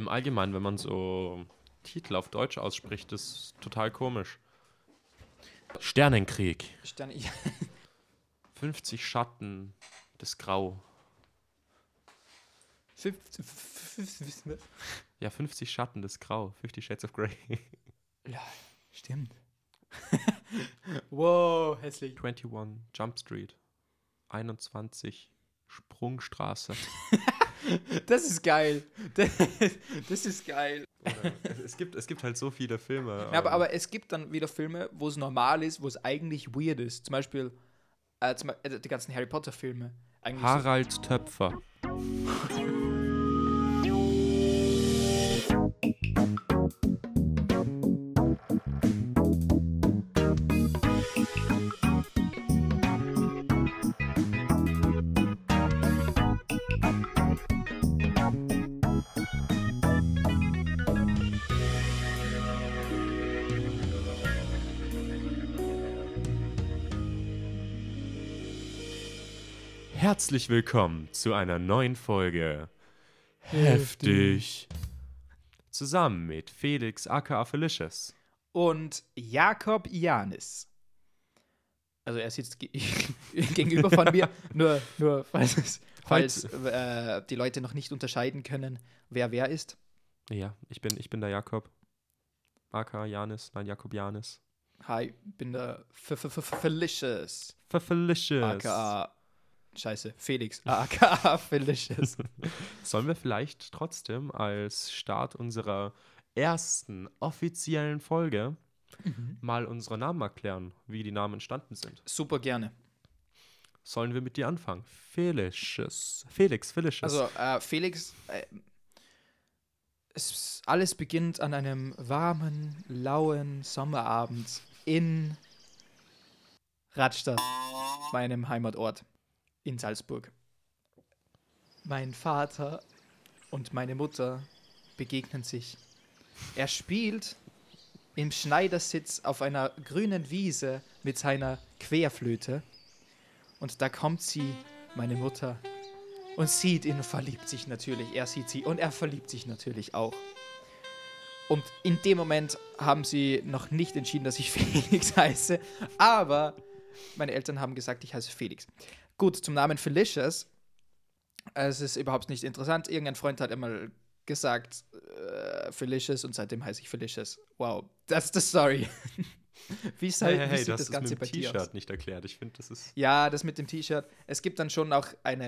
Allgemeinen, wenn man so Titel auf Deutsch ausspricht, ist total komisch. Sternenkrieg. 50 Schatten des Grau. 50 Schatten des Grau. 50 Shades of Grey. Ja, stimmt. Wow, hässlich. 21 Jump Street. 21 Sprungstraße. Das ist geil. Das ist geil. Es gibt halt so viele Filme. Ja, aber es gibt dann wieder Filme, wo es normal ist, wo es eigentlich weird ist. Zum Beispiel die ganzen Harry Potter Filme. Eigentlich Harald Töpfer. Herzlich willkommen zu einer neuen Folge Heftig. Zusammen mit Felix aka Felicious. und Jakob Janis. Also er sitzt gegenüber von mir, nur falls die Leute noch nicht unterscheiden können, wer ist. Ja, ich bin der Jakob. aka Janis, nein, Jakob Janis. Hi, bin der Felicious. Felicious. aka Felix. aka Felicious. Sollen wir vielleicht trotzdem als Start unserer ersten offiziellen Folge mal unsere Namen erklären, wie die Namen entstanden sind? Super gerne. Sollen wir mit dir anfangen? Felicious. Felicious. Also Felix, alles beginnt an einem warmen, lauen Sommerabend in Radstadt, meinem Heimatort in Salzburg. Mein Vater und meine Mutter begegnen sich. Er spielt im Schneidersitz auf einer grünen Wiese mit seiner Querflöte. Und da kommt sie, meine Mutter, und sieht ihn und verliebt sich natürlich. Er sieht sie und er verliebt sich natürlich auch. Und in dem Moment haben sie noch nicht entschieden, dass ich Felix heiße, aber meine Eltern haben gesagt, ich heiße Felix. Gut, zum Namen Felicious. Es ist überhaupt nicht interessant. Irgendein Freund hat einmal gesagt, Felicious, und seitdem heiße ich Felicious. Wow, that's the story. Wie sieht das Ganze bei dir aus? Das mit dem T-Shirt nicht erklärt. Ich finde, das ist... Ja, das mit dem T-Shirt. Es gibt dann schon auch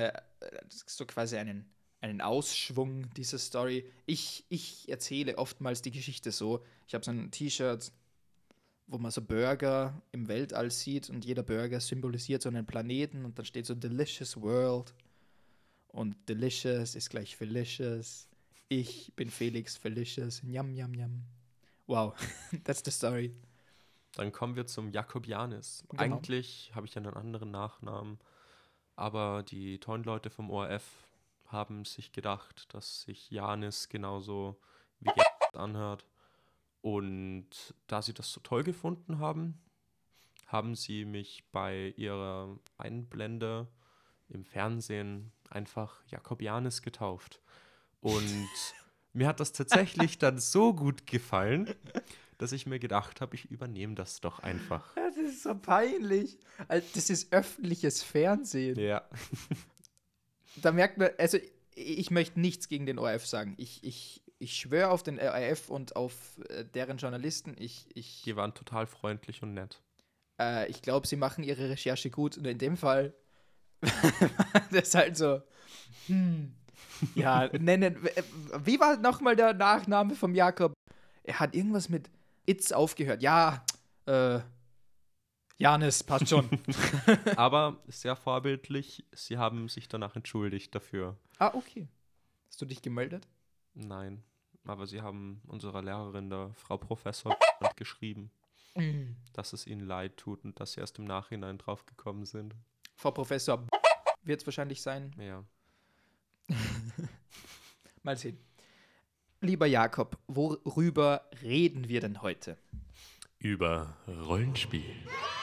so quasi einen Ausschwung dieser Story. Ich erzähle oftmals die Geschichte so. Ich habe so ein T-Shirt, wo man so Burger im Weltall sieht und jeder Burger symbolisiert so einen Planeten und dann steht so Delicious World und Delicious ist gleich Felicious. Ich bin Felix Felicious. Yum, yum, yum. Wow, that's the story. Dann kommen wir zum Jakob Janis. Genau. Eigentlich habe ich einen anderen Nachnamen, aber die tollen Leute vom ORF haben sich gedacht, dass sich Janis genauso wie anhört. Und da sie das so toll gefunden haben, haben sie mich bei ihrer Einblende im Fernsehen einfach Jakob Janis getauft. Und mir hat das tatsächlich dann so gut gefallen, dass ich mir gedacht habe, ich übernehme das doch einfach. Das ist so peinlich. Also, das ist öffentliches Fernsehen. Ja. Da merkt man, also ich möchte nichts gegen den ORF sagen. Ich schwöre auf den ORF und auf deren Journalisten. Die waren total freundlich und nett. Ich glaube, sie machen ihre Recherche gut. Und in dem Fall, das ist halt so, ja, wie war nochmal der Nachname vom Jakob? Er hat irgendwas mit Itz aufgehört. Ja, Janis, passt schon. Aber sehr vorbildlich, sie haben sich danach entschuldigt dafür. Ah, okay. Hast du dich gemeldet? Nein, aber sie haben unserer Lehrerin, der Frau Professor, geschrieben, dass es ihnen leid tut und dass sie erst im Nachhinein drauf gekommen sind. Frau Professor wird es wahrscheinlich sein. Ja. Mal sehen. Lieber Jakob, worüber reden wir denn heute? Über Rollenspiel.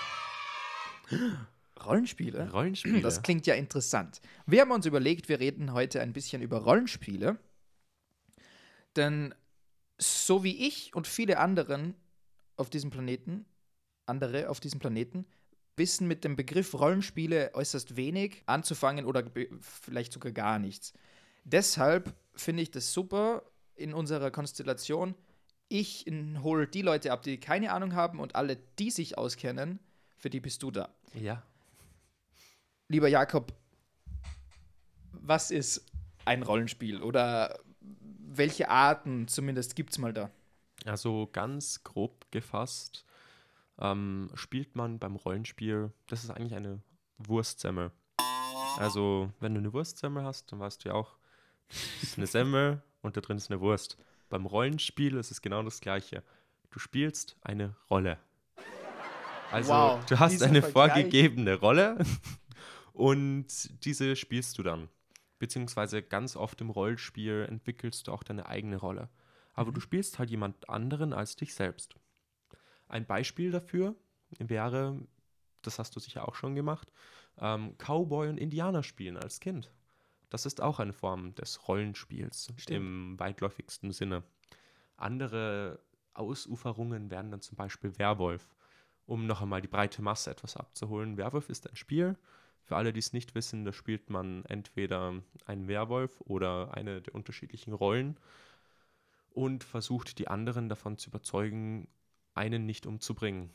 Rollenspiele? Rollenspiele. Das klingt ja interessant. Wir haben uns überlegt, wir reden heute ein bisschen über Rollenspiele. Denn so wie ich und viele auf diesem Planeten, andere auf diesem Planeten, wissen mit dem Begriff Rollenspiele äußerst wenig anzufangen oder vielleicht sogar gar nichts. Deshalb finde ich das super in unserer Konstellation. Ich hole die Leute ab, die keine Ahnung haben, und alle, die sich auskennen, für die bist du da. Ja. Lieber Jakob, was ist ein Rollenspiel oder welche Arten zumindest gibt es mal da? Also ganz grob gefasst spielt man beim Rollenspiel, das ist eigentlich eine Wurstsemmel. Also wenn du eine Wurstsemmel hast, dann weißt du ja auch, das ist eine Semmel und da drin ist eine Wurst. Beim Rollenspiel ist es genau das Gleiche. Du spielst eine Rolle. Also Wow, du hast dieser eine Vergleich. vorgegebene Rolle und diese spielst du dann. Beziehungsweise ganz oft im Rollenspiel entwickelst du auch deine eigene Rolle. Aber du spielst halt jemand anderen als dich selbst. Ein Beispiel dafür wäre, das hast du sicher auch schon gemacht, Cowboy und Indianer spielen als Kind. Das ist auch eine Form des Rollenspiels Stimmt. im weitläufigsten Sinne. Andere Ausuferungen wären dann zum Beispiel Werwolf, um noch einmal die breite Masse etwas abzuholen. Werwolf ist ein Spiel. Für alle, die es nicht wissen, da spielt man entweder einen Werwolf oder eine der unterschiedlichen Rollen und versucht die anderen davon zu überzeugen, einen nicht umzubringen.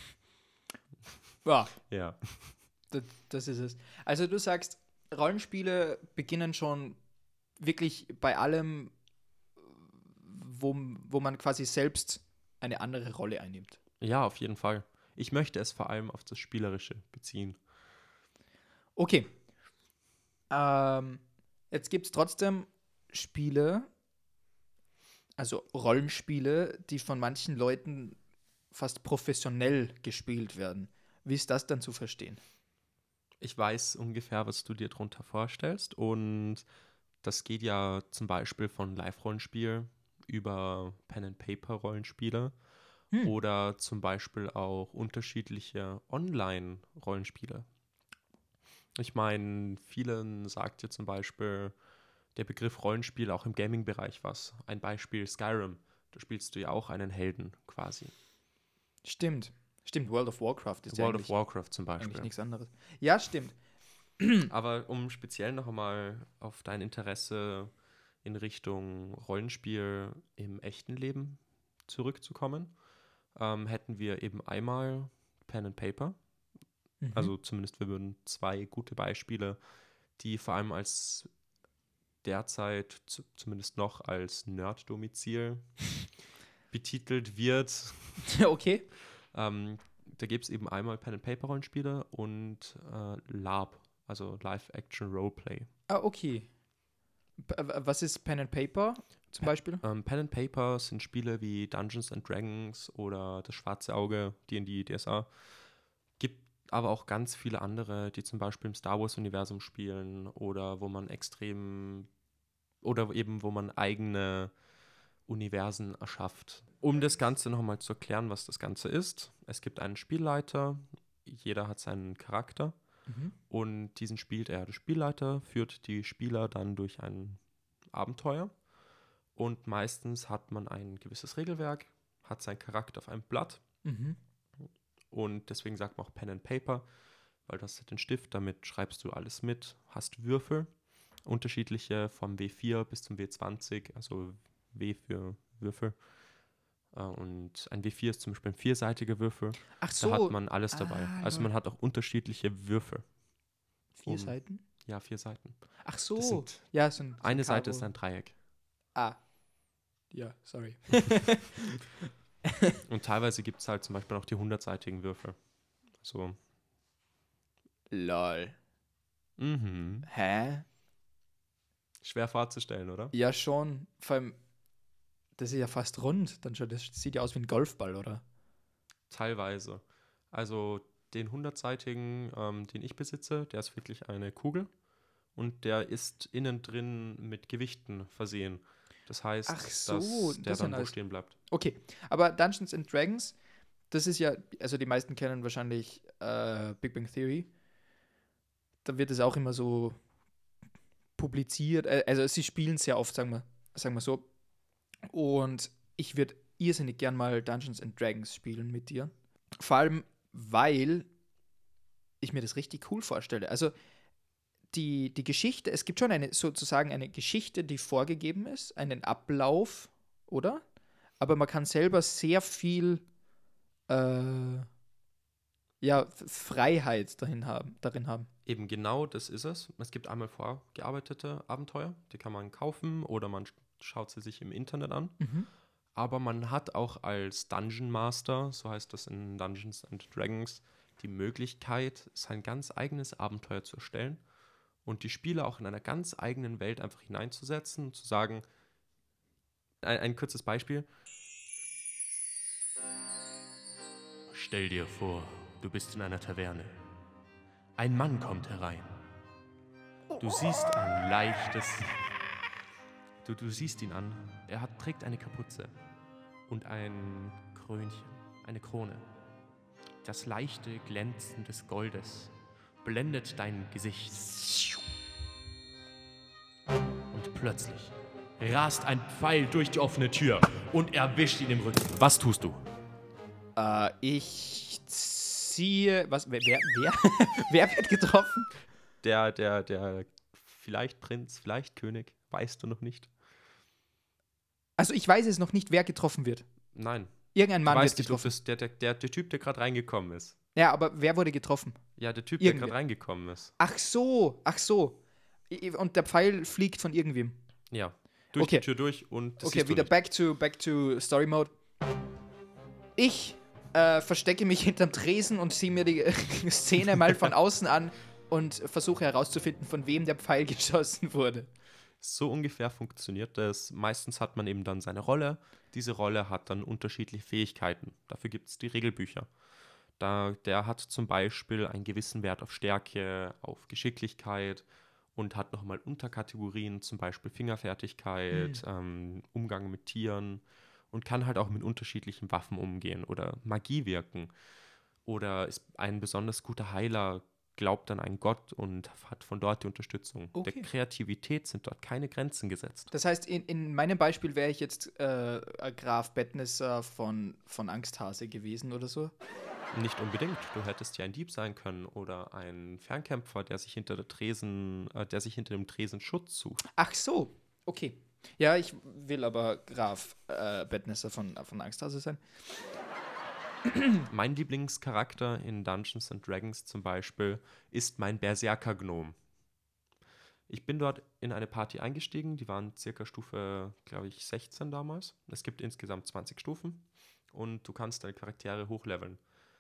Ja, Ja. das ist es. Also du sagst, Rollenspiele beginnen schon wirklich bei allem, wo man quasi selbst eine andere Rolle einnimmt. Ja, auf jeden Fall. Ich möchte es vor allem auf das Spielerische beziehen. Okay. Jetzt gibt es trotzdem Spiele, also Rollenspiele, die von manchen Leuten fast professionell gespielt werden. Wie ist das dann zu verstehen? Ich weiß ungefähr, was du dir darunter vorstellst und das geht ja zum Beispiel von Live-Rollenspiel über Pen-and-Paper-Rollenspiele oder zum Beispiel auch unterschiedliche Online-Rollenspiele. Ich meine, vielen sagt ja zum Beispiel der Begriff Rollenspiel auch im Gaming-Bereich was. Ein Beispiel Skyrim. Da spielst du ja auch einen Helden quasi. Stimmt. Stimmt, World of Warcraft ist ja World of Warcraft zum eigentlich Beispiel. nichts anderes. Ja, stimmt. Aber um speziell noch einmal auf dein Interesse in Richtung Rollenspiel im echten Leben zurückzukommen, hätten wir eben einmal Pen and Paper. Also zumindest wir würden zwei gute Beispiele, die vor allem als derzeit zumindest noch als Nerd-Domizil betitelt wird. Okay. Da gibt es eben einmal Pen-and-Paper-Rollenspiele und LARP, also Live-Action-Roleplay. Ah, okay. Was ist Pen and Paper zum Beispiel? Pen and Paper sind Spiele wie Dungeons and Dragons oder Das Schwarze Auge, D&D, DSA. Gibt aber auch ganz viele andere, die zum Beispiel im Star Wars-Universum spielen oder wo man wo man eigene Universen erschafft. Um das Ganze nochmal zu erklären, was das Ganze ist. Es gibt einen Spielleiter, jeder hat seinen Charakter und diesen spielt er. Der Spielleiter führt die Spieler dann durch ein Abenteuer und meistens hat man ein gewisses Regelwerk, hat seinen Charakter auf einem Blatt und deswegen sagt man auch Pen and Paper, weil das hat den Stift, damit schreibst du alles mit, hast Würfel, unterschiedliche vom W4 bis zum W20, also W für Würfel. Und ein W4 ist zum Beispiel ein vierseitiger Würfel. Ach Da hat so. man alles dabei. Also man hat auch unterschiedliche Würfel. 4 Seiten? Ja, 4 Seiten. Ach Das so. sind, Ja, so eine Seite ist ein Dreieck. Ah. Ja, sorry. Und teilweise gibt es halt zum Beispiel auch die 100-seitigen Würfel. So. Lol. Mhm. Hä? Schwer vorzustellen, oder? Ja, schon. Vor allem, das ist ja fast rund. Dann schon, das sieht ja aus wie ein Golfball, oder? Teilweise. Also den 100-seitigen, den ich besitze, der ist wirklich eine Kugel und der ist innen drin mit Gewichten versehen. Das heißt, Ach so, dass der das ist ja dann wo nice. stehen bleibt. Okay, aber Dungeons and Dragons, das ist ja, also die meisten kennen wahrscheinlich Big Bang Theory. Da wird es auch immer so publiziert. Also sie spielen sehr oft, sagen wir so. Und ich würde irrsinnig gern mal Dungeons and Dragons spielen mit dir. Vor allem, weil ich mir das richtig cool vorstelle. Also die Geschichte, es gibt schon sozusagen eine Geschichte, die vorgegeben ist, einen Ablauf, oder? Aber man kann selber sehr viel Freiheit darin haben. Eben genau das ist es. Es gibt einmal vorgearbeitete Abenteuer, die kann man kaufen oder man schaut sie sich im Internet an. Mhm. Aber man hat auch als Dungeon Master, so heißt das in Dungeons and Dragons, die Möglichkeit, sein ganz eigenes Abenteuer zu erstellen und die Spieler auch in einer ganz eigenen Welt einfach hineinzusetzen und zu sagen, ein kurzes Beispiel. Stell dir vor, du bist in einer Taverne. Ein Mann kommt herein. Du siehst ein leichtes... Du siehst ihn an. Trägt eine Kapuze und ein Krönchen, eine Krone. Das leichte Glänzen des Goldes blendet dein Gesicht. Und plötzlich rast ein Pfeil durch die offene Tür und erwischt ihn im Rücken. Was tust du? Ich ziehe. Was? Wer? Wer wird getroffen? Der vielleicht Prinz, vielleicht König, weißt du noch nicht. Also ich weiß es noch nicht, wer getroffen wird. Nein. Irgendein Mann wird Du getroffen. bist der Typ, der gerade reingekommen ist. Ja, aber wer wurde getroffen? Ja, der Typ, Irgendwer. der gerade reingekommen ist. Ach so. Und der Pfeil fliegt von irgendwem. Ja, durch Okay. die Tür durch und das Okay, siehst du wieder nicht. back to Story Mode. Ich verstecke mich hinterm Tresen und ziehe mir die Szene mal von außen an und versuche herauszufinden, von wem der Pfeil geschossen wurde. So ungefähr funktioniert das. Meistens hat man eben dann seine Rolle. Diese Rolle hat dann unterschiedliche Fähigkeiten. Dafür gibt es die Regelbücher. Der hat zum Beispiel einen gewissen Wert auf Stärke, auf Geschicklichkeit und hat nochmal Unterkategorien, zum Beispiel Fingerfertigkeit, Umgang mit Tieren und kann halt auch mit unterschiedlichen Waffen umgehen oder Magie wirken. Oder ist ein besonders guter Heiler, glaubt an einen Gott und hat von dort die Unterstützung. Okay. Der Kreativität sind dort keine Grenzen gesetzt. Das heißt, in meinem Beispiel wäre ich jetzt Graf Bettnesser von Angsthase gewesen oder so. Nicht unbedingt. Du hättest ja ein Dieb sein können oder ein Fernkämpfer, der sich hinter dem Tresen Schutz sucht. Ach so, okay. Ja, ich will aber Graf Bettnesser von Angsthase sein. Mein Lieblingscharakter in Dungeons and Dragons zum Beispiel ist mein Berserker-Gnom. Ich bin dort in eine Party eingestiegen, die waren circa Stufe, glaube ich, 16 damals. Es gibt insgesamt 20 Stufen und du kannst deine Charaktere hochleveln.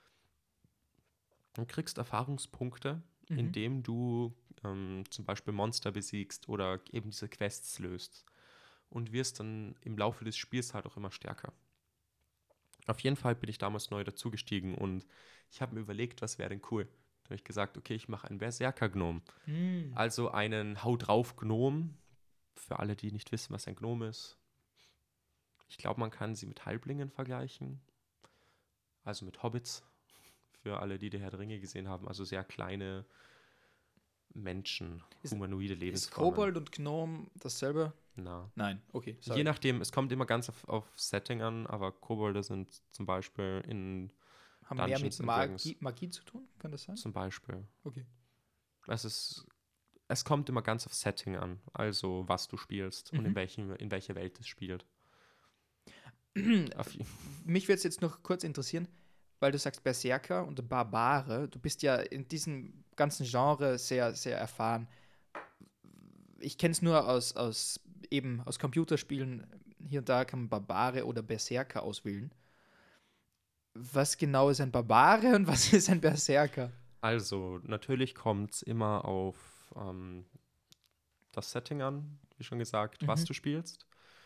Du kriegst Erfahrungspunkte, indem du zum Beispiel Monster besiegst oder eben diese Quests löst und wirst dann im Laufe des Spiels halt auch immer stärker. Auf jeden Fall bin ich damals neu dazugestiegen und ich habe mir überlegt, was wäre denn cool. Da habe ich gesagt, okay, ich mache einen Berserker-Gnom. Also einen Hau-drauf-Gnom. Für alle, die nicht wissen, was ein Gnom ist. Ich glaube, man kann sie mit Halblingen vergleichen. Also mit Hobbits. Für alle, die Herr der Ringe gesehen haben. Also sehr kleine Menschen, humanoide Ist Lebensformen. Kobold und Gnome dasselbe? Na. Nein, okay. Je Sorry. nachdem, es kommt immer ganz auf Setting an, aber Kobolde sind zum Beispiel in Haben mehr Dungeons mit and Dragons. Magie zu tun? Kann das sein? Zum Beispiel. Okay. Es kommt immer ganz auf Setting an, also was du spielst und in welcher Welt es spielt. Mich würde es jetzt noch kurz interessieren, weil du sagst Berserker und Barbare. Du bist ja in diesem ganzen Genre sehr, sehr erfahren. Ich kenne es nur aus Computerspielen. Hier und da kann man Barbare oder Berserker auswählen. Was genau ist ein Barbare und was ist ein Berserker? Also, natürlich kommt es immer auf das Setting an, wie schon gesagt, was du spielst.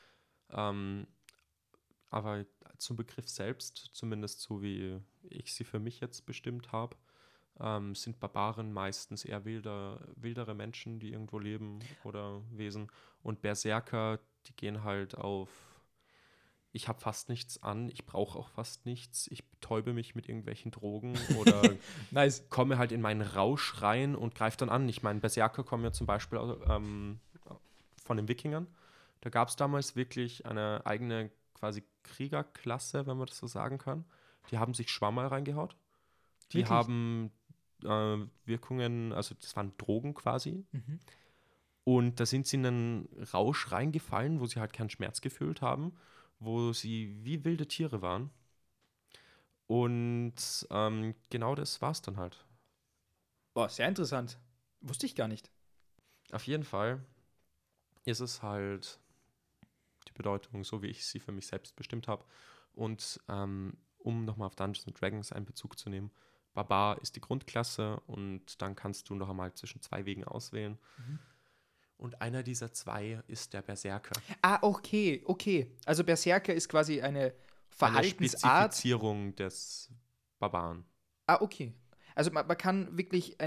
Aber zum Begriff selbst, zumindest so wie ich sie für mich jetzt bestimmt habe, sind Barbaren meistens eher wildere Menschen, die irgendwo leben oder Wesen. Und Berserker, die gehen halt auf, ich habe fast nichts an, ich brauche auch fast nichts, ich betäube mich mit irgendwelchen Drogen oder Nice. komme halt in meinen Rausch rein und greife dann an. Ich meine, Berserker kommen ja zum Beispiel von den Wikingern. Da gab es damals wirklich eine eigene quasi Kriegerklasse, wenn man das so sagen kann. Die haben sich Schwammerl reingehaut. Die Wirklich? haben Wirkungen, also das waren Drogen quasi. Mhm. Und da sind sie in einen Rausch reingefallen, wo sie halt keinen Schmerz gefühlt haben, wo sie wie wilde Tiere waren. Und genau das war's dann halt. Boah, sehr interessant. Wusste ich gar nicht. Auf jeden Fall ist es halt die Bedeutung, so wie ich sie für mich selbst bestimmt habe. Und um nochmal auf Dungeons and Dragons einen Bezug zu nehmen, Barbar ist die Grundklasse und dann kannst du noch einmal zwischen 2 Wegen auswählen. Mhm. Und einer dieser 2 ist der Berserker. Ah, okay, okay. Also Berserker ist quasi eine Eine Verhaltensart. Spezifizierung des Barbaren. Ah, okay. Also man kann wirklich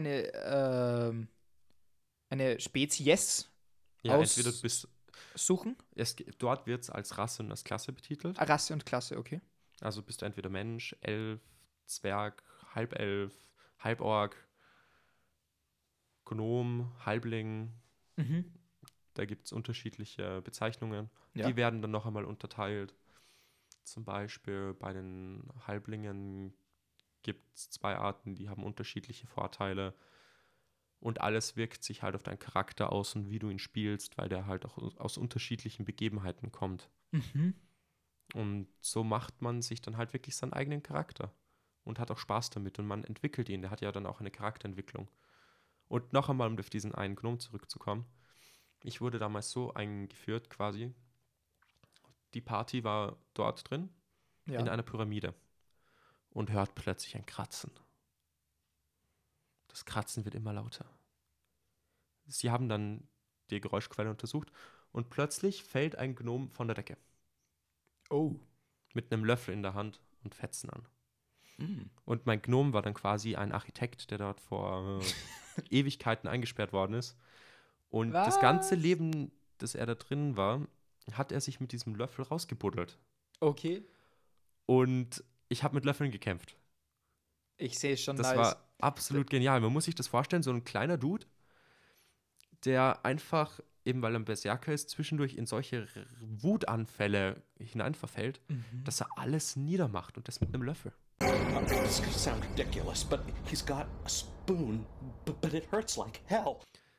eine Spezies Ja, entweder du bist. aussuchen. Dort wird es als Rasse und als Klasse betitelt. Ah, Rasse und Klasse, okay. Also bist du entweder Mensch, Elf, Zwerg, Halbelf, Halborg, Gnom, Halbling. Mhm. Da gibt es unterschiedliche Bezeichnungen. Ja. Die werden dann noch einmal unterteilt. Zum Beispiel bei den Halblingen gibt es 2 Arten, die haben unterschiedliche Vorteile. Und alles wirkt sich halt auf deinen Charakter aus und wie du ihn spielst, weil der halt auch aus unterschiedlichen Begebenheiten kommt. Mhm. Und so macht man sich dann halt wirklich seinen eigenen Charakter und hat auch Spaß damit und man entwickelt ihn. Der hat ja dann auch eine Charakterentwicklung. Und noch einmal, um auf diesen einen Gnom zurückzukommen. Ich wurde damals so eingeführt quasi. Die Party war dort drin, Ja. in einer Pyramide und hört plötzlich ein Kratzen. Das Kratzen wird immer lauter. Sie haben dann die Geräuschquelle untersucht und plötzlich fällt ein Gnom von der Decke Oh. mit einem Löffel in der Hand und Fetzen an. Mhm. Und mein Gnom war dann quasi ein Architekt, der dort vor Ewigkeiten eingesperrt worden ist. Und das ganze Was? Leben, das er da drin war, hat er sich mit diesem Löffel rausgebuddelt. Okay. Und ich habe mit Löffeln gekämpft. Ich sehe schon, Das nice. war absolut genial. Man muss sich das vorstellen, so ein kleiner Dude, der einfach, eben weil er ein Berserker ist, zwischendurch in solche Wutanfälle hineinverfällt, Mhm. dass er alles niedermacht und das mit einem Löffel. This could sound ridiculous, but he's got a spoon, but it hurts like hell.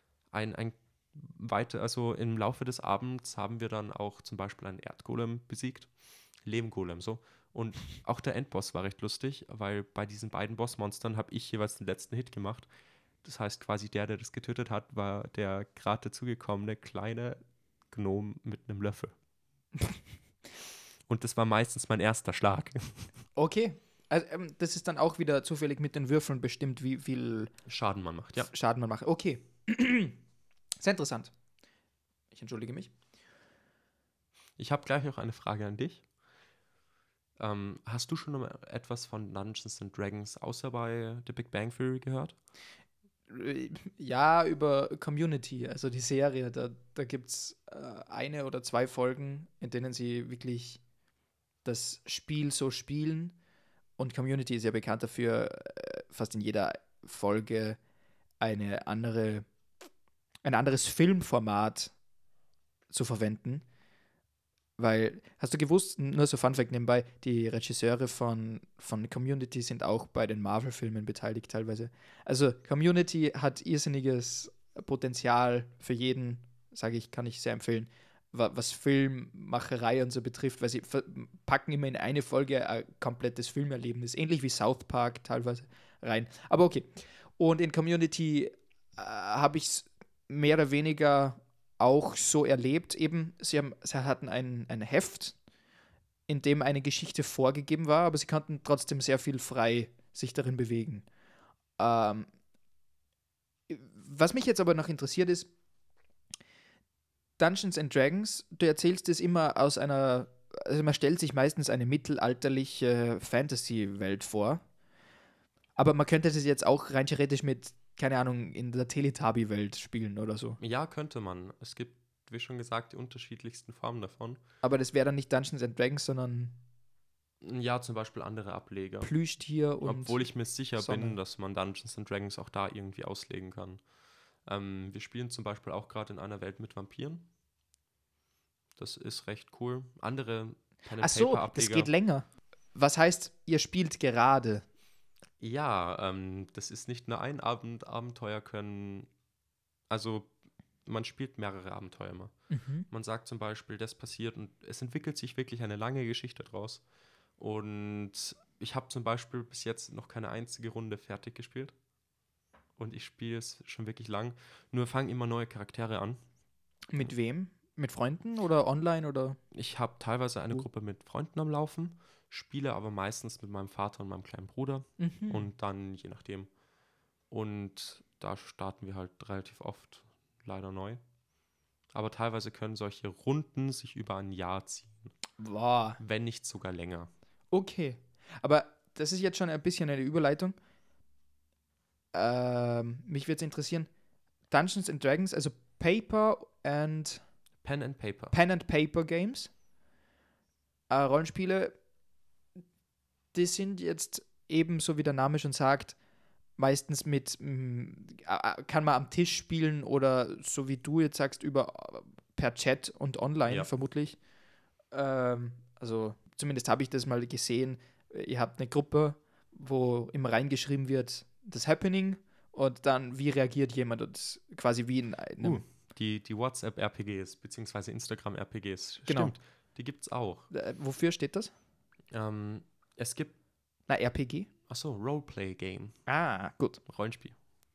Also im Laufe des Abends haben wir dann auch zum Beispiel einen Erdgolem besiegt. Lehmgolem, so. Und auch der Endboss war recht lustig, weil bei diesen beiden Bossmonstern habe ich jeweils den letzten Hit gemacht. Das heißt quasi der das getötet hat, war der gerade dazugekommene kleine Gnom mit einem Löffel. Und das war meistens mein erster Schlag. Okay. Also, das ist dann auch wieder zufällig mit den Würfeln bestimmt, wie viel Schaden man macht, ja. Schaden man macht. Okay. Sehr interessant. Ich entschuldige mich. Ich habe gleich noch eine Frage an dich. Hast du schon mal etwas von Dungeons and Dragons außer bei The Big Bang Theory gehört? Ja, über Community, also die Serie. Da gibt es 1 oder 2 Folgen, in denen sie wirklich das Spiel so spielen. Und Community ist ja bekannt dafür, fast in jeder Folge ein anderes Filmformat zu verwenden. Weil, hast du gewusst, nur so Fun Fact nebenbei, die Regisseure von Community sind auch bei den Marvel-Filmen beteiligt teilweise. Also Community hat irrsinniges Potenzial für jeden, sage ich, kann ich sehr empfehlen, was Filmmacherei und so betrifft, weil sie packen immer in eine Folge ein komplettes Filmerlebnis, ähnlich wie South Park teilweise rein. Aber okay. Und in Community habe ich es mehr oder weniger auch so erlebt, eben, sie hatten ein Heft, in dem eine Geschichte vorgegeben war, aber sie konnten trotzdem sehr viel frei sich darin bewegen. Was mich jetzt aber noch interessiert ist, Dungeons and Dragons, du erzählst es immer aus einer, also man stellt sich meistens eine mittelalterliche Fantasy-Welt vor, aber man könnte das jetzt auch rein theoretisch mit, keine Ahnung, in der Teletubby-Welt spielen oder so. Ja, könnte man. Es gibt, wie schon gesagt, die unterschiedlichsten Formen davon. Aber das wäre dann nicht Dungeons and Dragons, sondern Ja, zum Beispiel andere Ableger. Plüschtier und Obwohl ich mir sicher Sonne. bin, dass man Dungeons and Dragons auch da irgendwie auslegen kann. Wir spielen zum Beispiel auch gerade in einer Welt mit Vampiren. Das ist recht cool. Andere Ach so, das geht länger. Was heißt, ihr spielt gerade? Ja, das ist nicht nur ein Abend. Abenteuer können, also man spielt mehrere Abenteuer immer. Mhm. Man sagt zum Beispiel, das passiert und es entwickelt sich wirklich eine lange Geschichte draus. Und ich habe zum Beispiel bis jetzt noch keine einzige Runde fertig gespielt. Und ich spiele es schon wirklich lang. Nur fangen immer neue Charaktere an. Mit wem? Mit Freunden oder online oder? Ich habe teilweise eine Oh. Gruppe mit Freunden am Laufen, spiele aber meistens mit meinem Vater und meinem kleinen Bruder. Mhm. Und dann je nachdem. Und da starten wir halt relativ oft leider neu. Aber teilweise können solche Runden sich über ein Jahr ziehen, Boah. wenn nicht sogar länger. Okay. Aber das ist jetzt schon ein bisschen eine Überleitung. Mich würde es interessieren. Dungeons and Dragons, also Pen and Paper. Pen and Paper Games, Rollenspiele, die sind jetzt ebenso wie der Name schon sagt, meistens kann man am Tisch spielen oder so wie du jetzt sagst, per Chat und online Ja. vermutlich. Also zumindest habe ich das mal gesehen. Ihr habt eine Gruppe, wo immer reingeschrieben wird, das Happening und dann, wie reagiert jemand und quasi wie in einem. Die WhatsApp-RPGs beziehungsweise Instagram-RPGs. Genau. Stimmt, die gibt es auch. Wofür steht das? Es gibt, Na, RPG? Roleplay-Game, Ah, gut. Rollenspiel.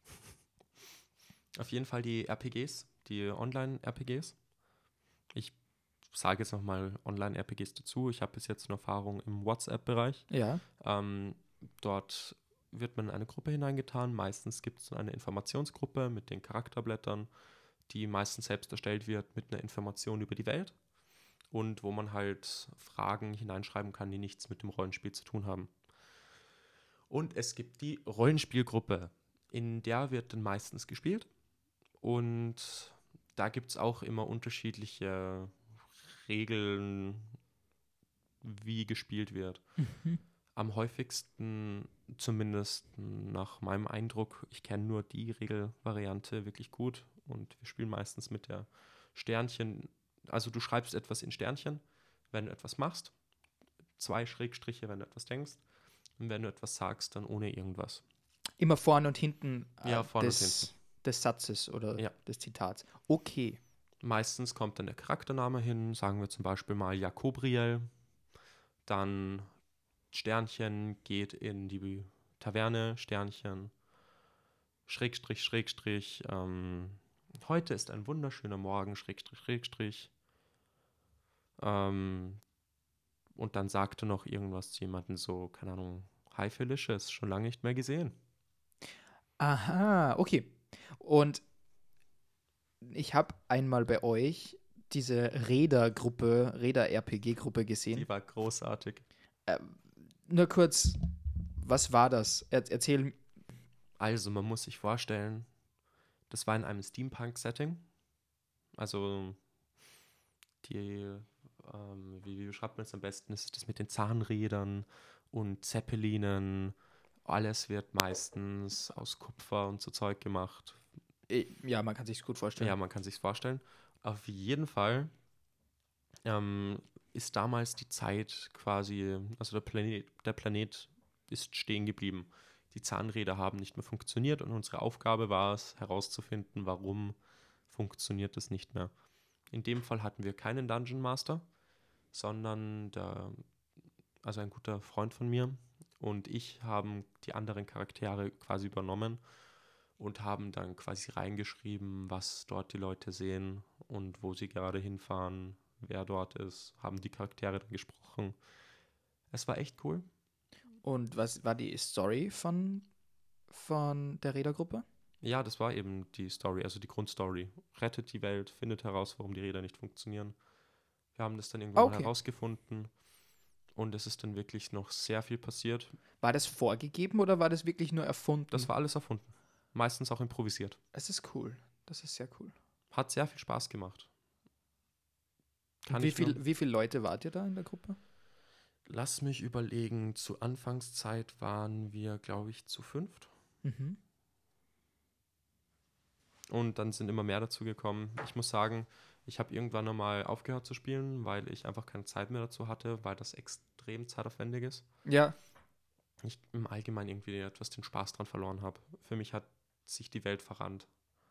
Auf jeden Fall die RPGs, die Online-RPGs. Ich sage jetzt nochmal Online-RPGs dazu. Ich habe bis jetzt eine Erfahrung im WhatsApp-Bereich. Ja. Dort wird man in eine Gruppe hineingetan. Meistens gibt es eine Informationsgruppe mit den Charakterblättern, die meistens selbst erstellt wird mit einer Information über die Welt und wo man halt Fragen hineinschreiben kann, die nichts mit dem Rollenspiel zu tun haben. Und es gibt die Rollenspielgruppe, in der wird dann meistens gespielt und da gibt es auch immer unterschiedliche Regeln, wie gespielt wird. Am häufigsten, zumindest nach meinem Eindruck, ich kenne nur die Regelvariante wirklich gut und wir spielen meistens mit der Sternchen, also du schreibst etwas in Sternchen, wenn du etwas machst, 2 Schrägstriche, wenn du etwas denkst und wenn du etwas sagst, dann ohne irgendwas. Immer vorne und hinten Ja, vorne und hinten. des Satzes oder Ja. des Zitats. Okay. Meistens kommt dann der Charaktername hin, sagen wir zum Beispiel mal Jakobriel, dann Sternchen geht in die Taverne, Sternchen, Schrägstrich, Schrägstrich, heute ist ein wunderschöner Morgen, Schrägstrich, Schrägstrich. Und dann sagte noch irgendwas zu jemandem so, keine Ahnung, Hi Felicious, schon lange nicht mehr gesehen. Aha, okay. Und ich habe einmal bei euch diese Räder-RPG-Gruppe gesehen. Die war großartig. Nur kurz, was war das? Erzähl. Also, man muss sich vorstellen, das war in einem Steampunk-Setting. Also, wie beschreibt man es am besten? Es ist das mit den Zahnrädern und Zeppelinen. Alles wird meistens aus Kupfer und so Zeug gemacht. Ja, man kann sich gut vorstellen. Ja, man kann sich vorstellen. Auf jeden Fall ist damals die Zeit quasi, also der Planet ist stehen geblieben. Die Zahnräder haben nicht mehr funktioniert und unsere Aufgabe war es, herauszufinden, warum funktioniert es nicht mehr. In dem Fall hatten wir keinen Dungeon Master, sondern also ein guter Freund von mir und ich haben die anderen Charaktere quasi übernommen und haben dann quasi reingeschrieben, was dort die Leute sehen und wo sie gerade hinfahren, wer dort ist, haben die Charaktere dann gesprochen. Es war echt cool. Und was war die Story von der Rädergruppe? Ja, das war eben die Story, also die Grundstory. Rettet die Welt, findet heraus, warum die Räder nicht funktionieren. Wir haben das dann irgendwann mal herausgefunden und es ist dann wirklich noch sehr viel passiert. War das vorgegeben oder war das wirklich nur erfunden? Das war alles erfunden. Meistens auch improvisiert. Es ist cool. Das ist sehr cool. Hat sehr viel Spaß gemacht. Wie viele Leute wart ihr da in der Gruppe? Lass mich überlegen, zu Anfangszeit waren wir, glaube ich, zu 5. Mhm. Und dann sind immer mehr dazu gekommen. Ich muss sagen, Ich habe irgendwann einmal aufgehört zu spielen, weil ich einfach keine Zeit mehr dazu hatte, weil das extrem zeitaufwendig ist. Ja, Ich im Allgemeinen irgendwie etwas den Spaß dran verloren habe. Für mich hat sich die Welt verrannt.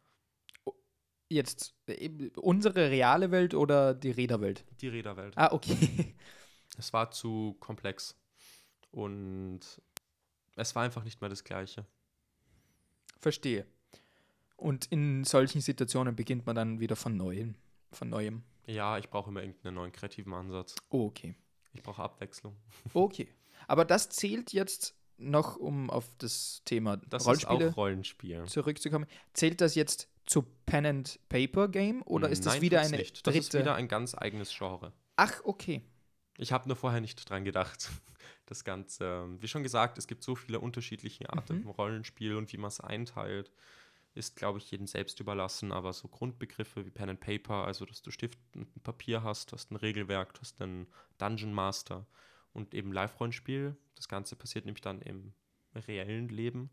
jetzt unsere reale Welt oder die Räderwelt? Die Räderwelt. Ah, okay. Es war zu komplex. Und es war einfach nicht mehr das Gleiche. Verstehe. Und in solchen Situationen beginnt man dann wieder von Neuem. Ja, ich brauche immer irgendeinen neuen kreativen Ansatz. Oh, okay. Ich brauche Abwechslung. Okay. Aber das zählt jetzt noch, um auf das Thema Das Rollenspiele ist auch Rollenspiel. zurückzukommen. Zählt das jetzt zu Pen and Paper Game oder ist das Nein, wieder tut's eine nicht. Das ist dritte? wieder ein ganz eigenes Genre. Ach, okay. Ich habe nur vorher nicht dran gedacht. Das Ganze, wie schon gesagt, es gibt so viele unterschiedliche Arten von Rollenspiel und wie man es einteilt, ist, glaube ich, jedem selbst überlassen. Aber so Grundbegriffe wie Pen and Paper, also dass du Stift und ein Papier hast, hast ein Regelwerk, hast einen Dungeon Master und eben Live-Rollenspiel. Das Ganze passiert nämlich dann im reellen Leben.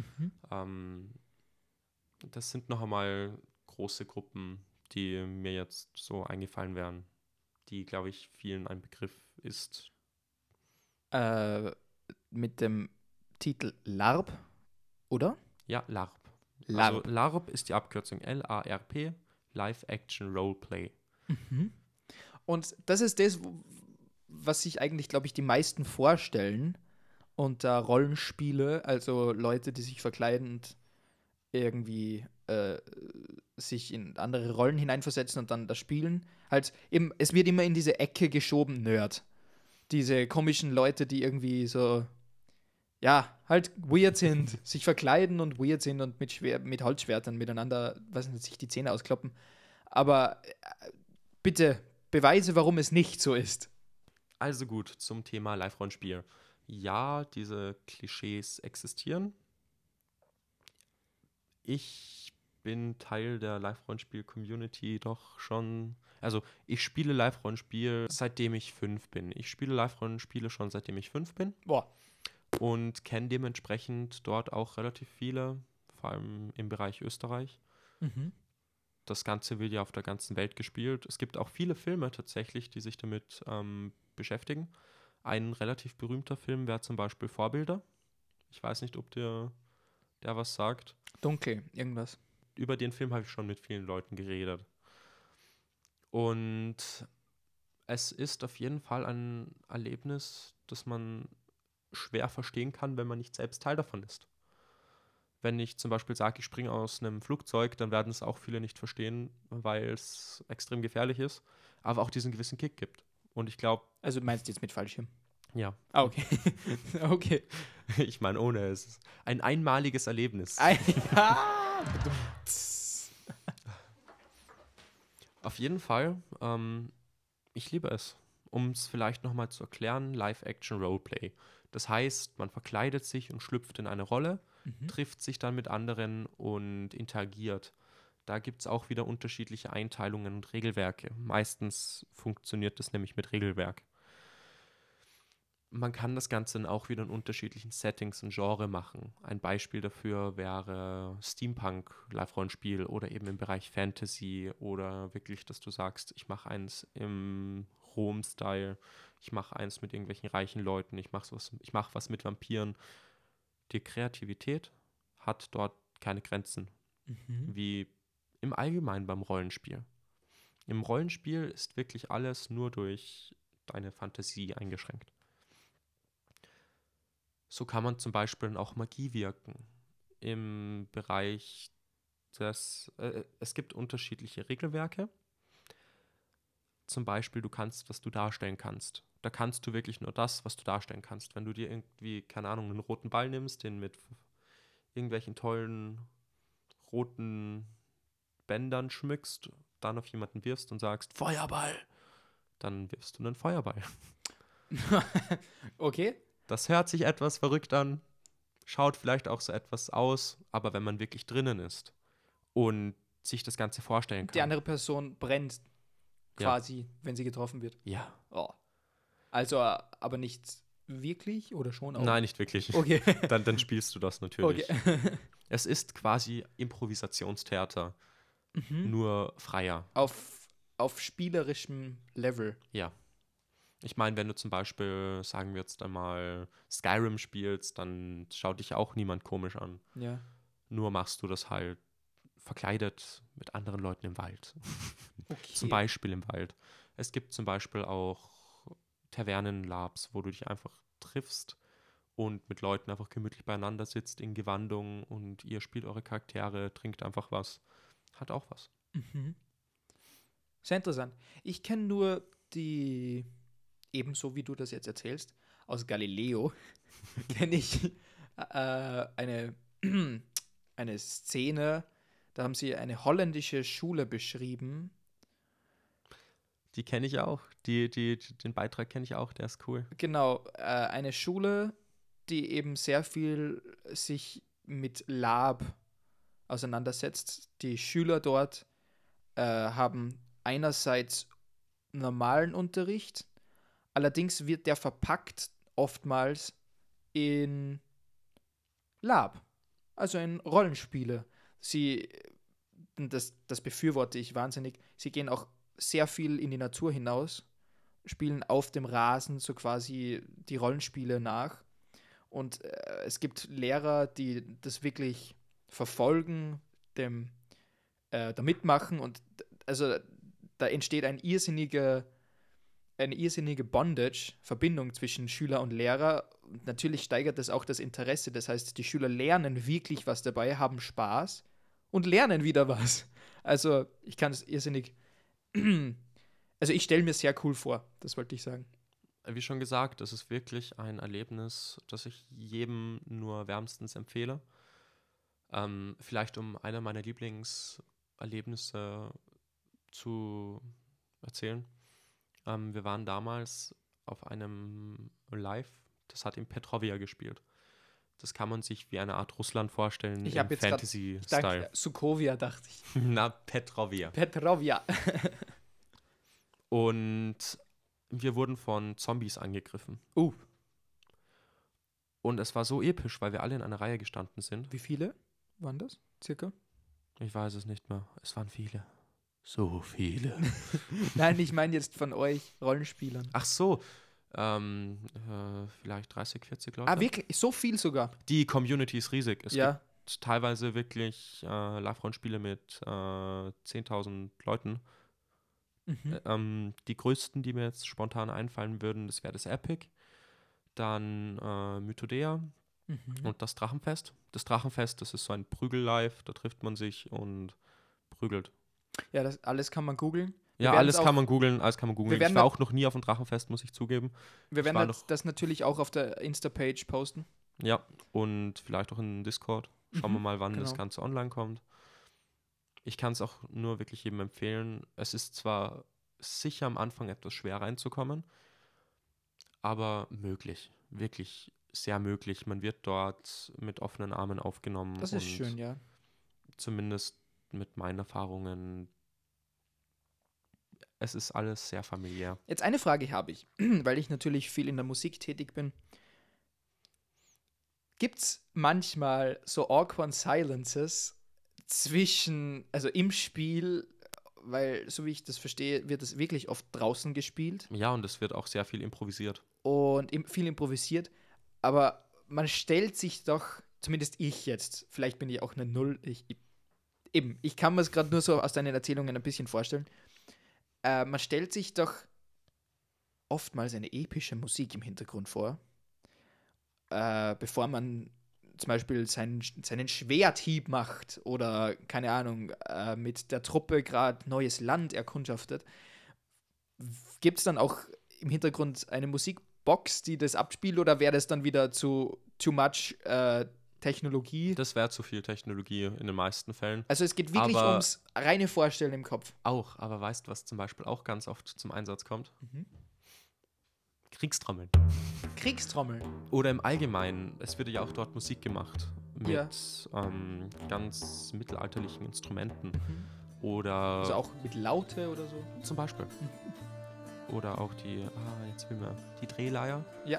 Das sind noch einmal große Gruppen, die mir jetzt so eingefallen wären, die, glaube ich, vielen ein Begriff ist. Mit dem Titel LARP, oder? Ja, LARP. LARP. Also LARP ist die Abkürzung LARP, Live Action Roleplay. Und das ist das, was sich eigentlich, glaube ich, die meisten vorstellen unter Rollenspiele, also Leute, die sich verkleiden und irgendwie sich in andere Rollen hineinversetzen und dann das spielen. Halt, eben, es wird immer in diese Ecke geschoben, Nerd. Diese komischen Leute, die irgendwie so, ja, halt weird sind, sich verkleiden und weird sind und mit Holzschwertern miteinander, weiß nicht, sich die Zähne auskloppen. Aber bitte, Beweise, warum es nicht so ist. Also gut, zum Thema Live-Rollenspiel. Ja, diese Klischees existieren. Ich bin Teil der Live-Rollenspiel-Community doch schon. Also, ich spiele Live-Rollenspiel, seitdem ich 5 bin. Ich spiele Live-Rollenspiele schon seitdem ich 5 bin Boah. und kenne dementsprechend dort auch relativ viele, vor allem im Bereich Österreich. Das Ganze wird ja auf der ganzen Welt gespielt. Es gibt auch viele Filme tatsächlich, die sich damit beschäftigen. Ein relativ berühmter Film wäre zum Beispiel Vorbilder. Ich weiß nicht, ob der was sagt. Dunkel, irgendwas. Über den Film habe ich schon mit vielen Leuten geredet. Und es ist auf jeden Fall ein Erlebnis, das man schwer verstehen kann, wenn man nicht selbst Teil davon ist. Wenn ich zum Beispiel sage, ich springe aus einem Flugzeug, dann werden es auch viele nicht verstehen, weil es extrem gefährlich ist, aber auch diesen gewissen Kick gibt. Und ich glaube, Also meinst du jetzt mit Fallschirm? ja, Ah, okay. Okay. ich meine, ohne es ist ein einmaliges Erlebnis. Auf jeden Fall, ich liebe es. Um es vielleicht nochmal zu erklären, Live-Action-Roleplay. Das heißt, man verkleidet sich und schlüpft in eine Rolle, trifft sich dann mit anderen und interagiert. Da gibt es auch wieder unterschiedliche Einteilungen und Regelwerke. Meistens funktioniert das nämlich mit Regelwerk. Man kann das Ganze dann auch wieder in unterschiedlichen Settings und Genre machen. Ein Beispiel dafür wäre Steampunk, Live-Rollenspiel oder eben im Bereich Fantasy oder wirklich, dass du sagst, ich mache eins im Rom-Style, ich mache eins mit irgendwelchen reichen Leuten, ich mache was mit Vampiren. Die Kreativität hat dort keine Grenzen, wie im Allgemeinen beim Rollenspiel. Im Rollenspiel ist wirklich alles nur durch deine Fantasie eingeschränkt. So kann man zum Beispiel auch Magie wirken. Im Bereich es gibt unterschiedliche Regelwerke. Zum Beispiel, du kannst, was du darstellen kannst. Da kannst du wirklich nur das, was du darstellen kannst. Wenn du dir irgendwie, keine Ahnung, einen roten Ball nimmst, den mit irgendwelchen tollen roten Bändern schmückst, dann auf jemanden wirfst und sagst, Feuerball, dann wirfst du einen Feuerball. Okay. Das hört sich etwas verrückt an, schaut vielleicht auch so etwas aus, aber wenn man wirklich drinnen ist und sich das Ganze vorstellen kann. Die andere Person brennt quasi, wenn sie getroffen wird. Ja. Oh. Also, aber nicht wirklich oder schon auch? Nein, nicht wirklich. Okay. Dann spielst du das natürlich. Okay. Es ist quasi Improvisationstheater, nur freier. Auf auf spielerischem Level. Ja. Ich meine, wenn du zum Beispiel, sagen wir jetzt einmal, Skyrim spielst, dann schaut dich auch niemand komisch an. Ja. Nur machst du das halt verkleidet mit anderen Leuten im Wald. Okay. Zum Beispiel im Wald. Es gibt zum Beispiel auch Tavernenlabs, wo du dich einfach triffst und mit Leuten einfach gemütlich beieinander sitzt in Gewandung und ihr spielt eure Charaktere, trinkt einfach was. Hat auch was. Mhm. Sehr interessant. Ich kenne nur die, ebenso wie du das jetzt erzählst, aus Galileo, kenne ich eine, eine Szene, da haben sie eine holländische Schule beschrieben. Die kenne ich auch. Den Beitrag kenne ich auch, der ist cool. Genau, eine Schule, die eben sehr viel sich mit Lab auseinandersetzt. Die Schüler dort haben einerseits normalen Unterricht, allerdings wird der verpackt oftmals in Lab, also in Rollenspiele. Das befürworte ich wahnsinnig, sie gehen auch sehr viel in die Natur hinaus, spielen auf dem Rasen so quasi die Rollenspiele nach. Und es gibt Lehrer, die das wirklich verfolgen, da mitmachen und also da entsteht eine irrsinnige Bondage, Verbindung zwischen Schüler und Lehrer. Und natürlich steigert das auch das Interesse. Das heißt, die Schüler lernen wirklich was dabei, haben Spaß und lernen wieder was. Also ich kann es irrsinnig, also ich stelle mir sehr cool vor, das wollte ich sagen. Wie schon gesagt, es ist wirklich ein Erlebnis, das ich jedem nur wärmstens empfehle. Vielleicht um einer meiner Lieblingserlebnisse zu erzählen. Wir waren damals auf einem Live, das hat in Petrovia gespielt. Das kann man sich wie eine Art Russland vorstellen, Ich im habe jetzt Fantasy-Style. Sukovia, dachte ich. Na, Petrovia. Petrovia. Und wir wurden von Zombies angegriffen. Und es war so episch, weil wir alle in einer Reihe gestanden sind. Wie viele waren das, circa? Ich weiß es nicht mehr. Es waren viele. So viele. Nein, ich meine jetzt von euch Rollenspielern. Ach so. Vielleicht 30, 40 Leute. Ah, wirklich? So viel sogar? Die Community ist riesig. Es Ja. gibt teilweise wirklich Live-Rollenspiele mit 10.000 Leuten. Mhm. Die größten, die mir jetzt spontan einfallen würden, das wäre das Epic. Dann Mythodea Mhm. und das Drachenfest. Das Drachenfest, das ist so ein Prügel-Live, da trifft man sich und prügelt. Ja, das alles kann man googeln. Ja, alles kann man googeln, alles kann man googeln. werden Ich war auch noch nie auf dem Drachenfest, muss ich zugeben. Wir war werden noch- das natürlich auch auf der Insta-Page posten. Ja, und vielleicht auch in Discord. Schauen wir mal, wann das genau. Ganze online kommt. Ich kann es auch nur wirklich jedem empfehlen. Es ist zwar sicher am Anfang etwas schwer reinzukommen, aber möglich. Wirklich sehr möglich. Man wird dort mit offenen Armen aufgenommen. Das ist und schön, ja. Zumindest mit meinen Erfahrungen. Es ist alles sehr familiär. Jetzt eine Frage habe ich, weil ich natürlich viel in der Musik tätig bin. Gibt es manchmal so awkward silences also im Spiel, weil, so wie ich das verstehe, wird es wirklich oft draußen gespielt Ja, und es wird auch sehr viel improvisiert. und viel improvisiert, aber man stellt sich doch, zumindest ich jetzt, vielleicht bin ich auch eine Null, ich kann mir es gerade nur so aus deinen Erzählungen ein bisschen vorstellen, man stellt sich doch oftmals eine epische Musik im Hintergrund vor, bevor man zum Beispiel seinen Schwerthieb macht oder, keine Ahnung, mit der Truppe gerade neues Land erkundschaftet. Gibt es dann auch im Hintergrund eine Musikbox, die das abspielt, oder wäre das dann wieder zu too much Technologie? Das wäre zu viel Technologie in den meisten Fällen. Also es geht wirklich Aber- ums reine Vorstellen im Kopf. Auch, aber weißt du, was zum Beispiel auch ganz oft zum Einsatz kommt? Mhm. Kriegstrommeln. Kriegstrommeln. Oder im Allgemeinen, es wird ja auch dort Musik gemacht mit Ja. ganz mittelalterlichen Instrumenten. Mhm. Oder Also auch mit Laute oder so. zum Beispiel. Oder auch die Drehleier. Ja.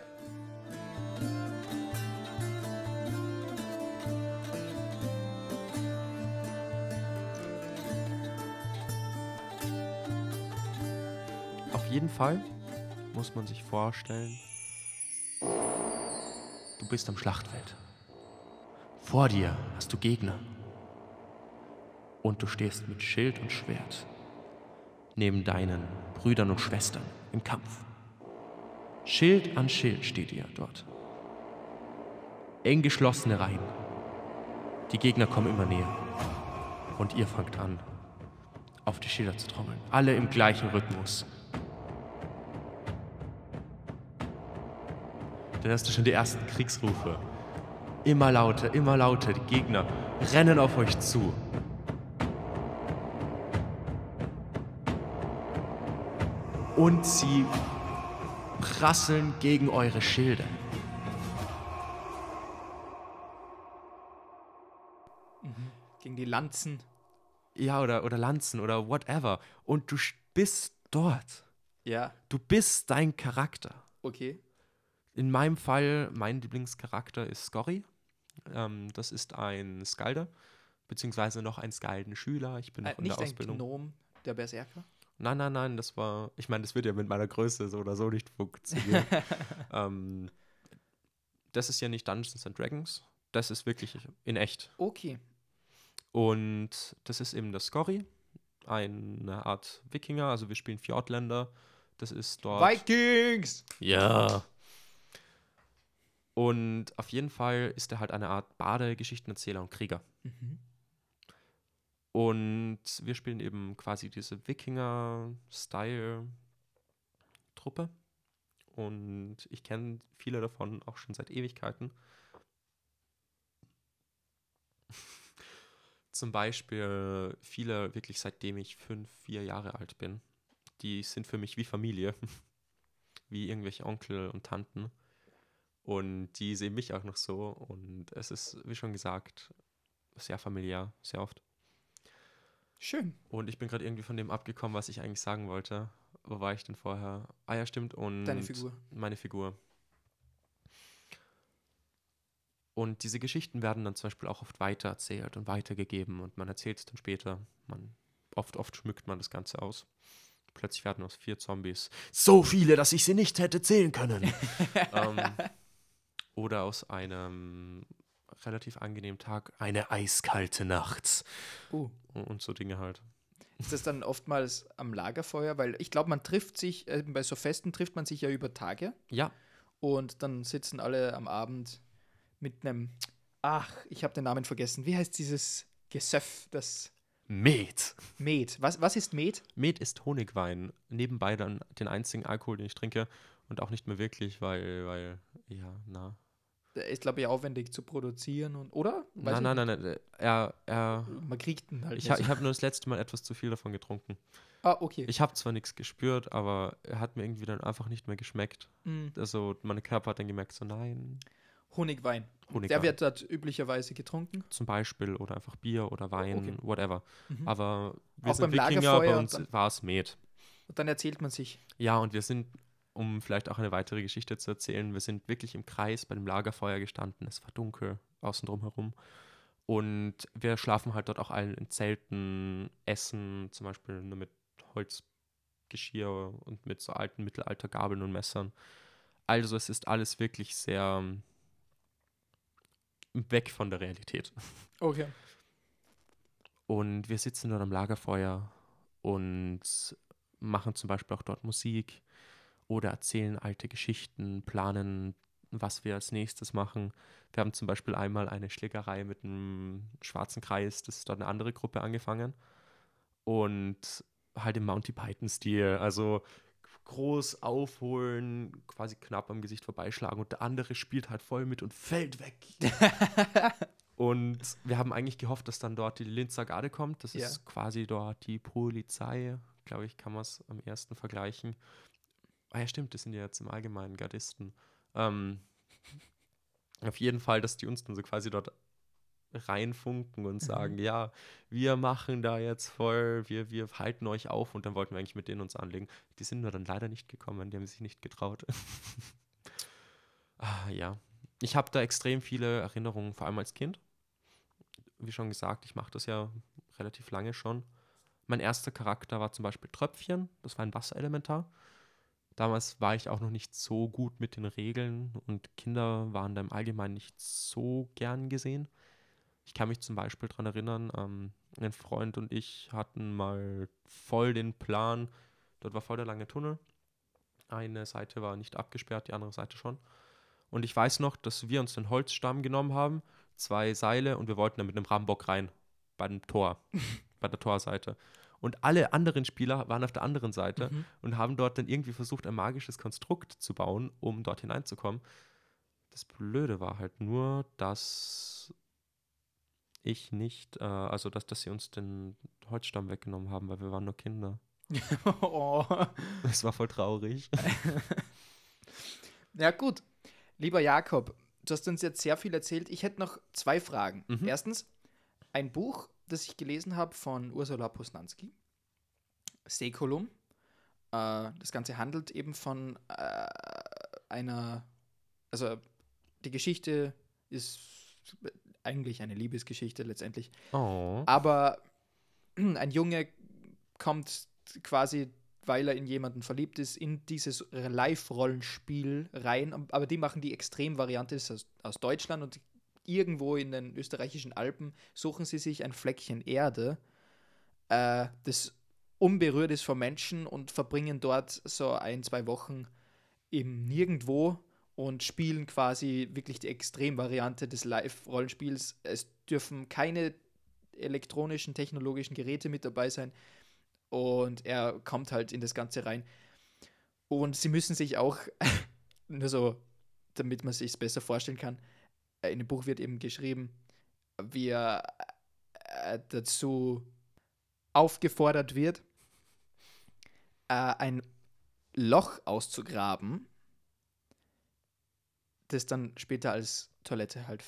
jeden Fall muss man sich vorstellen, du bist am Schlachtfeld. Vor dir hast du Gegner. Und du stehst mit Schild und Schwert neben deinen Brüdern und Schwestern im Kampf. Schild an Schild steht ihr dort. Eng geschlossene Reihen. Die Gegner kommen immer näher. Und ihr fangt an, auf die Schilder zu trommeln. Alle im gleichen Rhythmus. Da hörst du schon die ersten Kriegsrufe. Immer lauter, die Gegner rennen auf euch zu. Und sie prasseln gegen eure Schilde. Gegen die Lanzen. Ja, oder Lanzen oder whatever. Und du bist dort. Ja, Du bist dein Charakter. okay. In meinem Fall, mein Lieblingscharakter ist Skorri. Das ist ein Skalder, beziehungsweise noch ein Skaldenschüler. Ich bin von Nicht der ein Ausbildung. Gnom, der Berserker? Nein, das war. Ich meine, das wird ja mit meiner Größe so oder so nicht funktionieren. Das ist ja nicht Dungeons and Dragons. Das ist wirklich in echt. Okay. Und das ist eben der Skorri, eine Art Wikinger. Also wir spielen Fjordländer. Das ist dort. Vikings! Ja. Und auf jeden Fall ist er halt eine Art Bade, Geschichtenerzähler und Krieger. Mhm. Und wir spielen eben quasi diese Wikinger-Style-Truppe. Und ich kenne viele davon auch schon seit Ewigkeiten. Zum Beispiel viele wirklich seitdem ich 4 Jahre alt bin. Die sind für mich wie Familie. Wie irgendwelche Onkel und Tanten. Und die sehen mich auch noch so. Und es ist, wie schon gesagt, sehr familiär, sehr oft. Schön. Und ich bin gerade irgendwie von dem abgekommen, was ich eigentlich sagen wollte. Wo war ich denn vorher? Ah ja, stimmt. Und Deine Figur. meine Figur. Und diese Geschichten werden dann zum Beispiel auch oft weitererzählt und weitergegeben. Und man erzählt es dann später. Oft schmückt man das Ganze aus. Plötzlich werden aus 4 Zombies so viele, dass ich sie nicht hätte zählen können. Oder aus einem relativ angenehmen Tag eine eiskalte Nacht. Und so Dinge halt. Ist das dann oftmals am Lagerfeuer? Weil ich glaube, man trifft sich, bei so Festen trifft man sich ja über Tage. Ja, Und dann sitzen alle am Abend mit einem, ich habe den Namen vergessen. Wie heißt dieses Gesöff, das Met. Met? Was ist Met? Met ist Honigwein. Nebenbei dann den einzigen Alkohol, den ich trinke. Und auch nicht mehr wirklich, weil Der ist, glaube ich, aufwendig zu produzieren. Oder? Weiß ich Nein. nicht. Man kriegt ihn halt Ich nicht. habe nur das letzte Mal etwas zu viel davon getrunken. Okay. Ich habe zwar nichts gespürt, aber er hat mir irgendwie dann einfach nicht mehr geschmeckt. Also mein Körper hat dann gemerkt, so nein. Honigwein. Honigwein. Der wird dort üblicherweise getrunken. Zum Beispiel oder einfach Bier oder Wein, Okay. whatever. Mhm. Aber wir Auch sind beim Wikinger, Lagerfeuer bei und uns dann- war es Met. Und dann erzählt man sich. Ja, und wir sind, um vielleicht auch eine weitere Geschichte zu erzählen, wir sind wirklich im Kreis bei dem Lagerfeuer gestanden. Es war dunkel außen drum herum. Und wir schlafen halt dort auch allen in Zelten, essen zum Beispiel nur mit Holzgeschirr und mit so alten Mittelaltergabeln und Messern. Also es ist alles wirklich sehr weg von der Realität. Okay. Und wir sitzen dort am Lagerfeuer und machen zum Beispiel auch dort Musik oder erzählen alte Geschichten, planen, was wir als nächstes machen. Wir haben zum Beispiel einmal eine Schlägerei mit einem schwarzen Kreis, das ist dort eine andere Gruppe angefangen. Und halt im Monty Python-Stil, also groß aufholen, quasi knapp am Gesicht vorbeischlagen und der andere spielt halt voll mit und fällt weg. Und wir haben eigentlich gehofft, dass dann dort die Linzer Garde kommt. Das Ja. ist quasi dort die Polizei, glaube ich, kann man es am ersten vergleichen. Ah ja, stimmt, das sind ja jetzt im Allgemeinen Gardisten. Auf jeden Fall, dass die uns dann so quasi dort reinfunken und sagen, ja, wir machen da jetzt voll, wir halten euch auf und dann wollten wir eigentlich mit denen uns anlegen. Die sind nur dann leider nicht gekommen, die haben sich nicht getraut. Ja, ich habe da extrem viele Erinnerungen, vor allem als Kind. Wie schon gesagt, ich mache das ja relativ lange schon. Mein erster Charakter war zum Beispiel Tröpfchen, das war ein Wasserelementar. Damals war ich auch noch nicht so gut mit den Regeln und Kinder waren da im Allgemeinen nicht so gern gesehen. Ich kann mich zum Beispiel daran erinnern, ein Freund und ich hatten mal voll den Plan, dort war voll der lange Tunnel. Eine Seite war nicht abgesperrt, die andere Seite schon. Und ich weiß noch, dass wir uns den Holzstamm genommen haben, 2 Seile und wir wollten dann mit einem Rambock rein, bei dem Tor, bei der Torseite. Und alle anderen Spieler waren auf der anderen Seite Mhm. und haben dort dann irgendwie versucht, ein magisches Konstrukt zu bauen, um dort hineinzukommen. Das Blöde war halt nur, dass ich nicht, also dass sie uns den Holzstamm weggenommen haben, weil wir waren nur Kinder. Oh. Das war voll traurig. Ja, gut. Lieber Jakob, du hast uns jetzt sehr viel erzählt. Ich hätte noch 2 Fragen. Mhm. Erstens, ein Buch, das ich gelesen habe von Ursula Posnanski, Säkulum. Das Ganze handelt eben von einer, also die Geschichte ist eigentlich eine Liebesgeschichte letztendlich, Oh. aber ein Junge kommt quasi, weil er in jemanden verliebt ist, in dieses Live-Rollenspiel rein. Aber die machen die Extremvariante aus Deutschland und irgendwo in den österreichischen Alpen suchen sie sich ein Fleckchen Erde, das unberührt ist von Menschen und verbringen dort so 1, 2 Wochen im Nirgendwo und spielen quasi wirklich die Extremvariante des Live-Rollenspiels. Es dürfen keine elektronischen, technologischen Geräte mit dabei sein. Und er kommt halt in das Ganze rein. Und sie müssen sich auch, nur so, damit man sich es besser vorstellen kann, in dem Buch wird eben geschrieben, wie er dazu aufgefordert wird, ein Loch auszugraben, das dann später als Toilette halt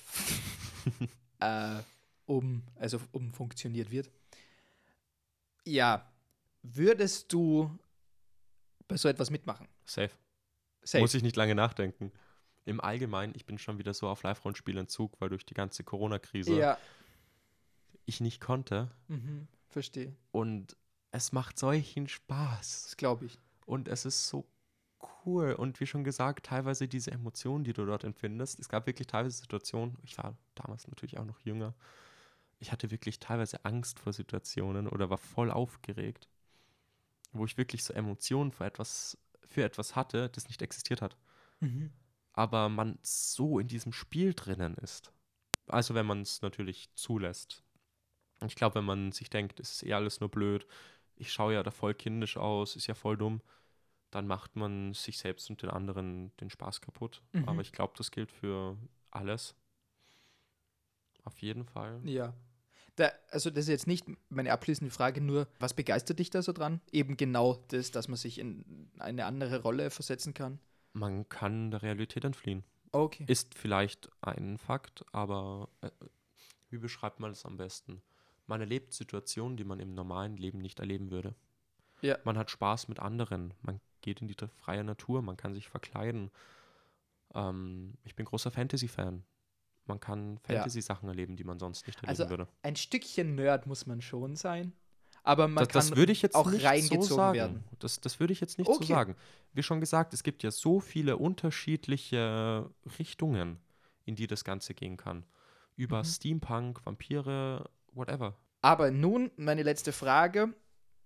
umfunktioniert wird. Ja, würdest du bei so etwas mitmachen? Safe. Safe. Muss ich nicht lange nachdenken. Im Allgemeinen, ich bin schon wieder so auf Live-Rollenspiel-Entzug, weil durch die ganze Corona-Krise Ja. ich nicht konnte. Mhm, verstehe. Und es macht solchen Spaß. Das glaube ich. Und es ist so cool. Und wie schon gesagt, teilweise diese Emotionen, die du dort empfindest. Es gab wirklich teilweise Situationen, ich war damals natürlich auch noch jünger, ich hatte wirklich teilweise Angst vor Situationen oder war voll aufgeregt, wo ich wirklich so Emotionen für etwas hatte, das nicht existiert hat. Mhm. Aber man so in diesem Spiel drinnen ist. Also wenn man es natürlich zulässt. Und ich glaube, wenn man sich denkt, es ist eh alles nur blöd, ich schaue ja da voll kindisch aus, ist ja voll dumm, dann macht man sich selbst und den anderen den Spaß kaputt. Mhm. Aber ich glaube, das gilt für alles. Auf jeden Fall. Ja. Also das ist jetzt nicht meine abschließende Frage, nur was begeistert dich da so dran? Eben genau das, dass man sich in eine andere Rolle versetzen kann. Man kann der Realität entfliehen. Okay. Ist vielleicht ein Fakt, aber wie beschreibt man das am besten? Man erlebt Situationen, die man im normalen Leben nicht erleben würde. Ja. Man hat Spaß mit anderen, man geht in die freie Natur, man kann sich verkleiden. Ich bin großer Fantasy-Fan. Man kann Fantasy-Sachen erleben, die man sonst nicht erleben Also würde. ein Stückchen Nerd muss man schon sein, aber man Das kann würde ich jetzt auch nicht reingezogen so sagen. werden. Das würde ich jetzt nicht so Okay. sagen. Wie schon gesagt, es gibt ja so viele unterschiedliche Richtungen, in die das Ganze gehen kann. Über Mhm. Steampunk, Vampire, whatever. Aber nun meine letzte Frage.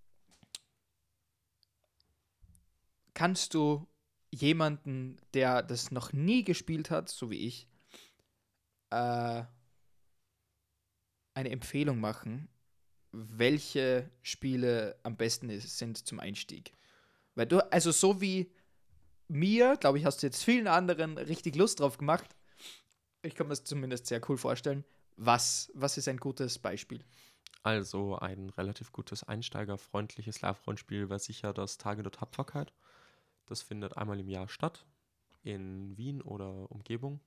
Kannst du jemanden, der das noch nie gespielt hat, so wie ich, eine Empfehlung machen, welche Spiele am besten sind zum Einstieg? Weil du, also so wie mir, glaube ich, hast du jetzt vielen anderen richtig Lust drauf gemacht. Ich kann mir das zumindest sehr cool vorstellen. Was ist ein gutes Beispiel? Also ein relativ gutes einsteigerfreundliches Live-Rollenspiel wäre sicher das Tage der Tapferkeit. Das findet einmal im Jahr statt, in Wien oder Umgebung.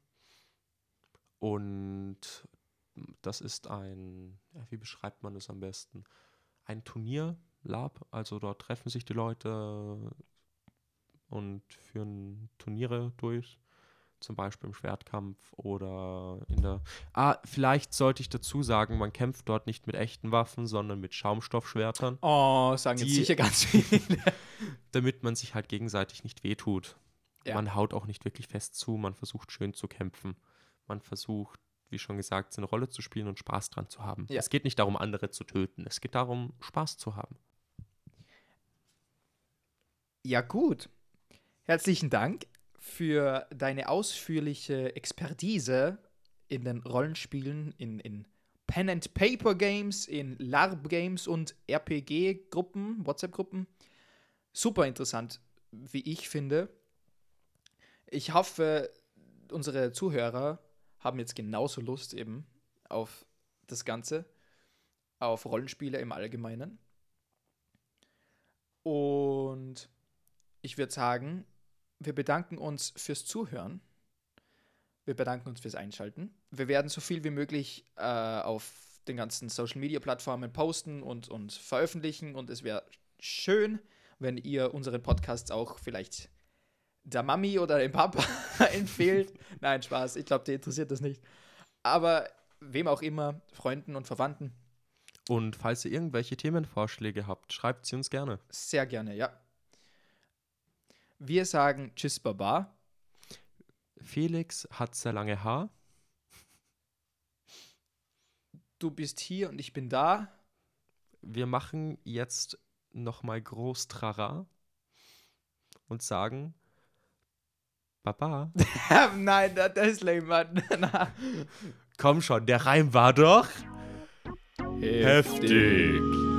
Und das ist wie beschreibt man das am besten? Ein Turnier-Lab, also dort treffen sich die Leute und führen Turniere durch zum Beispiel im Schwertkampf oder in der... vielleicht sollte ich dazu sagen, man kämpft dort nicht mit echten Waffen, sondern mit Schaumstoffschwertern, Oh, sagen jetzt Die- sicher ganz viele. damit man sich halt gegenseitig nicht wehtut. Ja. Man haut auch nicht wirklich fest zu, man versucht schön zu kämpfen. Man versucht, wie schon gesagt, seine Rolle zu spielen und Spaß dran zu haben. Ja. Es geht nicht darum, andere zu töten. Es geht darum, Spaß zu haben. Ja, gut. Herzlichen Dank für deine ausführliche Expertise in den Rollenspielen, in Pen-and-Paper-Games, in LARP-Games und RPG-Gruppen, WhatsApp-Gruppen. Super interessant, wie ich finde. Ich hoffe, unsere Zuhörer haben jetzt genauso Lust eben auf das Ganze, auf Rollenspiele im Allgemeinen. Und ich würde sagen, wir bedanken uns fürs Zuhören. Wir bedanken uns fürs Einschalten. Wir werden so viel wie möglich auf den ganzen Social-Media-Plattformen posten und veröffentlichen. Und es wäre schön, wenn ihr unseren Podcast auch vielleicht der Mami oder dem Papa empfehlt. Nein, Spaß. Ich glaube, die interessiert das nicht. Aber wem auch immer, Freunden und Verwandten, Und falls ihr irgendwelche Themenvorschläge habt, schreibt sie uns gerne. sehr gerne, ja. Wir sagen Tschüss, Baba. Felix hat sehr lange Haar. Du bist hier und ich bin da. Wir machen jetzt nochmal groß Trara und sagen Baba. Nein, das ist lame, Mann. Na. Komm schon, der Reim war doch heftig.